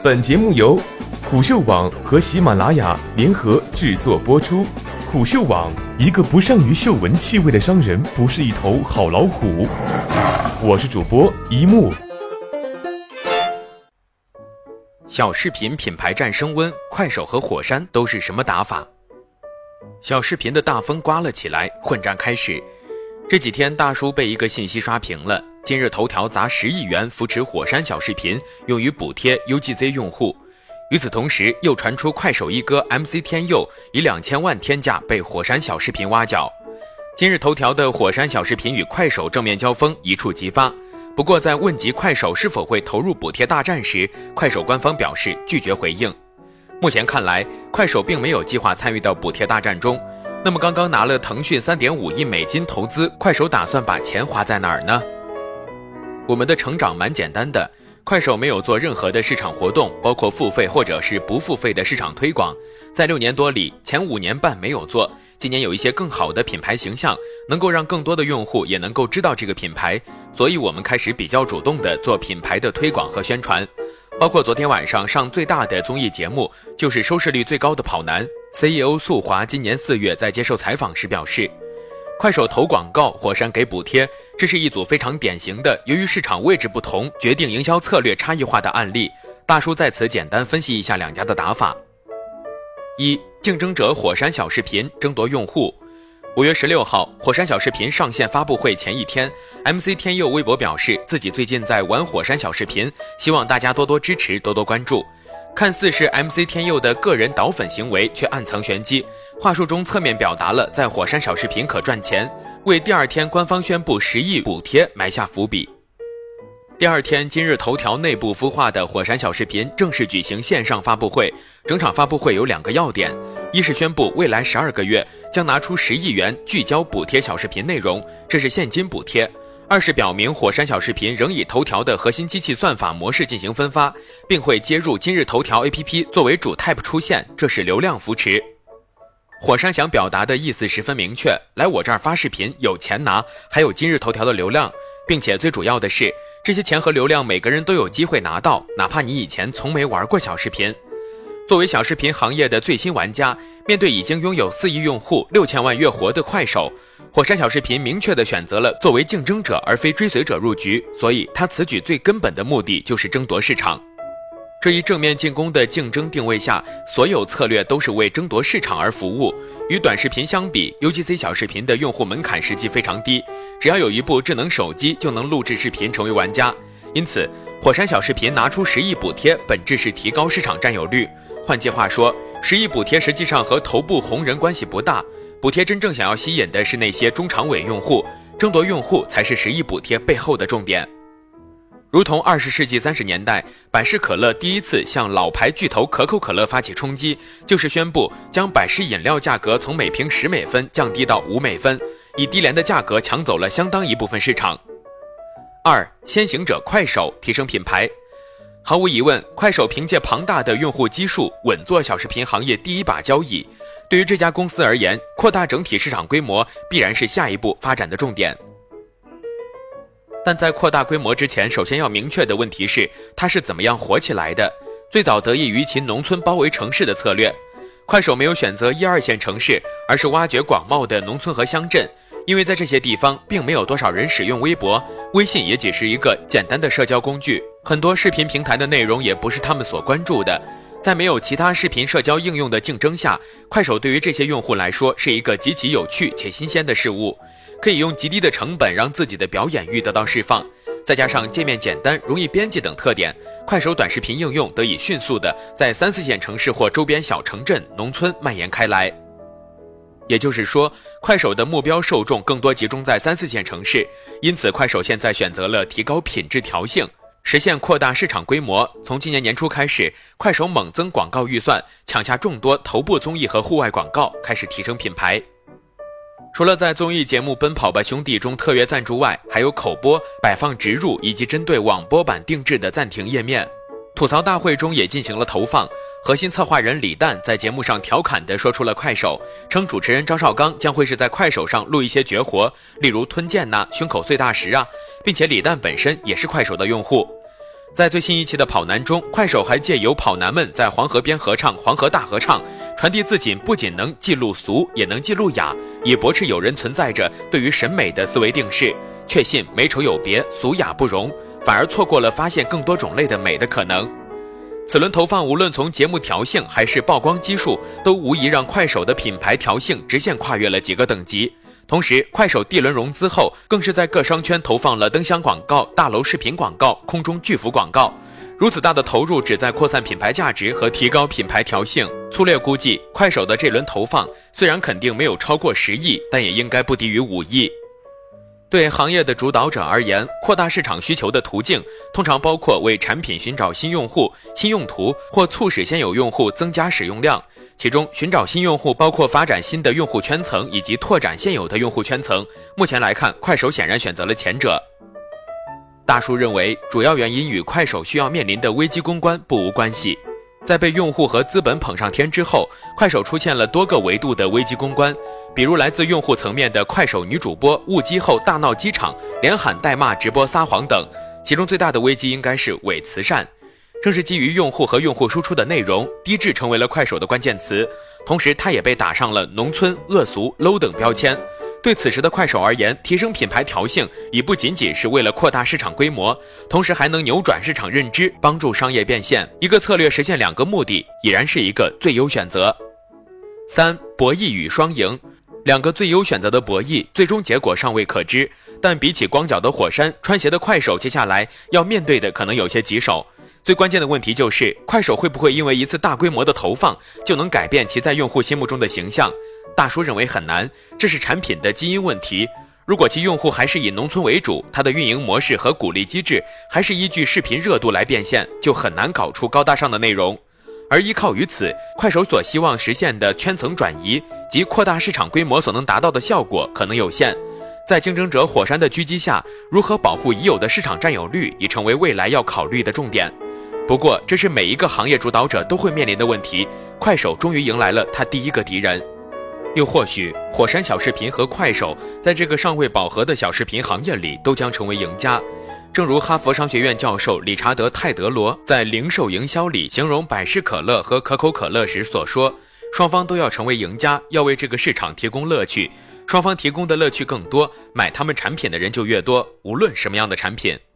本节目由虎嗅网和喜马拉雅联合制作播出。虎嗅网：一个不善于嗅闻气味的商人不是一头好老虎。我是主播一木。 小视频品牌战升温，快手和火山都是什么打法？小视频的大风刮了起来，混战开始。这几天大叔被一个信息刷屏了，今日头条砸10亿元扶持火山小视频，用于补贴 UGC 用户。与此同时，又传出快手一哥 MC 天佑以2000万天价被火山小视频挖角。今日头条的火山小视频与快手正面交锋，一触即发。不过在问及快手是否会投入补贴大战时，快手官方表示拒绝回应。目前看来，快手并没有计划参与到补贴大战中。那么刚刚拿了腾讯3.5亿美金投资，快手打算把钱花在哪儿呢？我们的成长蛮简单的，快手没有做任何的市场活动，包括付费或者是不付费的市场推广。在6年多里，前5年半没有做，今年有一些更好的品牌形象，能够让更多的用户也能够知道这个品牌，所以我们开始比较主动的做品牌的推广和宣传。包括昨天晚上上最大的综艺节目，就是收视率最高的跑男 CEO 宿华今年4月在接受采访时表示，快手投广告，火山给补贴，这是一组非常典型的由于市场位置不同决定营销策略差异化的案例。大叔在此简单分析一下两家的打法。一、竞争者火山小视频争夺用户。5月16号，火山小视频上线发布会前一天， MC 天佑微博表示自己最近在玩火山小视频，希望大家多多支持，多多关注。看似是 MC 天佑的个人导粉行为，却暗藏玄机，话术中侧面表达了在火山小视频可赚钱，为第二天官方宣布10亿补贴埋下伏笔。第二天，今日头条内部孵化的火山小视频正式举行线上发布会，整场发布会有2个要点：一是宣布未来12个月将拿出10亿元聚焦补贴小视频内容，这是现金补贴；二是表明火山小视频仍以头条的核心机器算法模式进行分发，并会接入今日头条 APP 作为主 Type 出现，这是流量扶持。火山想表达的意思十分明确，来我这儿发视频有钱拿，还有今日头条的流量，并且最主要的是，这些钱和流量每个人都有机会拿到，哪怕你以前从没玩过小视频。作为小视频行业的最新玩家，面对已经拥有4亿用户、6000万月活的快手，火山小视频明确地选择了作为竞争者而非追随者入局，所以他此举最根本的目的就是争夺市场。这一正面进攻的竞争定位下，所有策略都是为争夺市场而服务。与短视频相比， UGC 小视频的用户门槛实际非常低，只要有一部智能手机就能录制视频成为玩家。因此，火山小视频拿出10亿补贴，本质是提高市场占有率。换句话说，10亿补贴实际上和头部红人关系不大，补贴真正想要吸引的是那些中长尾用户，争夺用户才是10亿补贴背后的重点。如同20世纪30年代，百事可乐第一次向老牌巨头可口可乐发起冲击，就是宣布将百事饮料价格从每瓶10美分降低到5美分，以低廉的价格抢走了相当一部分市场。二、先行者快手提升品牌。毫无疑问，快手凭借庞大的用户基数，稳坐小视频行业第一把交椅。对于这家公司而言，扩大整体市场规模必然是下一步发展的重点。但在扩大规模之前，首先要明确的问题是，它是怎么样火起来的？最早得益于其农村包围城市的策略。快手没有选择1、2线城市，而是挖掘广袤的农村和乡镇，因为在这些地方并没有多少人使用微博，微信也只是一个简单的社交工具，很多视频平台的内容也不是他们所关注的。在没有其他视频社交应用的竞争下，快手对于这些用户来说是一个极其有趣且新鲜的事物，可以用极低的成本让自己的表演欲得到释放，再加上界面简单、容易编辑等特点，快手短视频应用得以迅速的在3、4线城市或周边小城镇、农村蔓延开来。也就是说，快手的目标受众更多集中在3、4线城市，因此快手现在选择了提高品质调性，实现扩大市场规模。从今年年初开始，快手猛增广告预算，抢下众多头部综艺和户外广告，开始提升品牌。除了在综艺节目《奔跑吧兄弟》中特约赞助外，还有口播、摆放植入以及针对网播版定制的暂停页面。吐槽大会中也进行了投放，核心策划人李诞在节目上调侃地说出了快手，称主持人张绍刚将会是在快手上录一些绝活，例如吞剑胸口碎大石并且李诞本身也是快手的用户。 在最新一期的跑男中，快手还借由跑男们在黄河边合唱黄河大合唱，传递自己不仅能记录俗，也能记录雅，以驳斥有人存在着对于审美的思维定式，确信美丑有别，俗雅不容，反而错过了发现更多种类的美的可能。此轮投放无论从节目调性还是曝光基数，都无疑让快手的品牌调性直线跨越了几个等级。同时，快手第轮融资后，更是在各商圈投放了灯箱广告、大楼视频广告、空中巨幅广告。如此大的投入，旨在扩散品牌价值和提高品牌调性。粗略估计，快手的这轮投放虽然肯定没有超过10亿，但也应该不低于5亿。对行业的主导者而言，扩大市场需求的途径通常包括为产品寻找新用户、新用途，或促使现有用户增加使用量。其中，寻找新用户包括发展新的用户圈层以及拓展现有的用户圈层。目前来看，快手显然选择了前者。大叔认为，主要原因与快手需要面临的危机公关不无关系。在被用户和资本捧上天之后，快手出现了多个维度的危机公关，比如来自用户层面的快手女主播误机后大闹机场，连喊带骂直播撒谎等。其中最大的危机应该是伪慈善。正是基于用户和用户输出的内容，低质成为了快手的关键词，同时它也被打上了农村、恶俗、low 等标签。对此时的快手而言，提升品牌调性已不仅仅是为了扩大市场规模，同时还能扭转市场认知，帮助商业变现。一个策略实现2个目的，已然是一个最优选择。3. 博弈与双赢。2个最优选择的博弈，最终结果尚未可知，但比起光脚的火山，穿鞋的快手接下来要面对的可能有些棘手。最关键的问题就是，快手会不会因为一次大规模的投放，就能改变其在用户心目中的形象？大叔认为很难，这是产品的基因问题。如果其用户还是以农村为主，它的运营模式和鼓励机制还是依据视频热度来变现，就很难搞出高大上的内容。而依靠于此，快手所希望实现的圈层转移及扩大市场规模所能达到的效果可能有限。在竞争者火山的狙击下，如何保护已有的市场占有率已成为未来要考虑的重点。不过，这是每一个行业主导者都会面临的问题，快手终于迎来了他第一个敌人。又或许，火山小视频和快手在这个尚未饱和的小视频行业里都将成为赢家。正如哈佛商学院教授理查德·泰德罗在零售营销里形容百事可乐和可口可乐时所说，双方都要成为赢家，要为这个市场提供乐趣。双方提供的乐趣更多，买他们产品的人就越多，无论什么样的产品。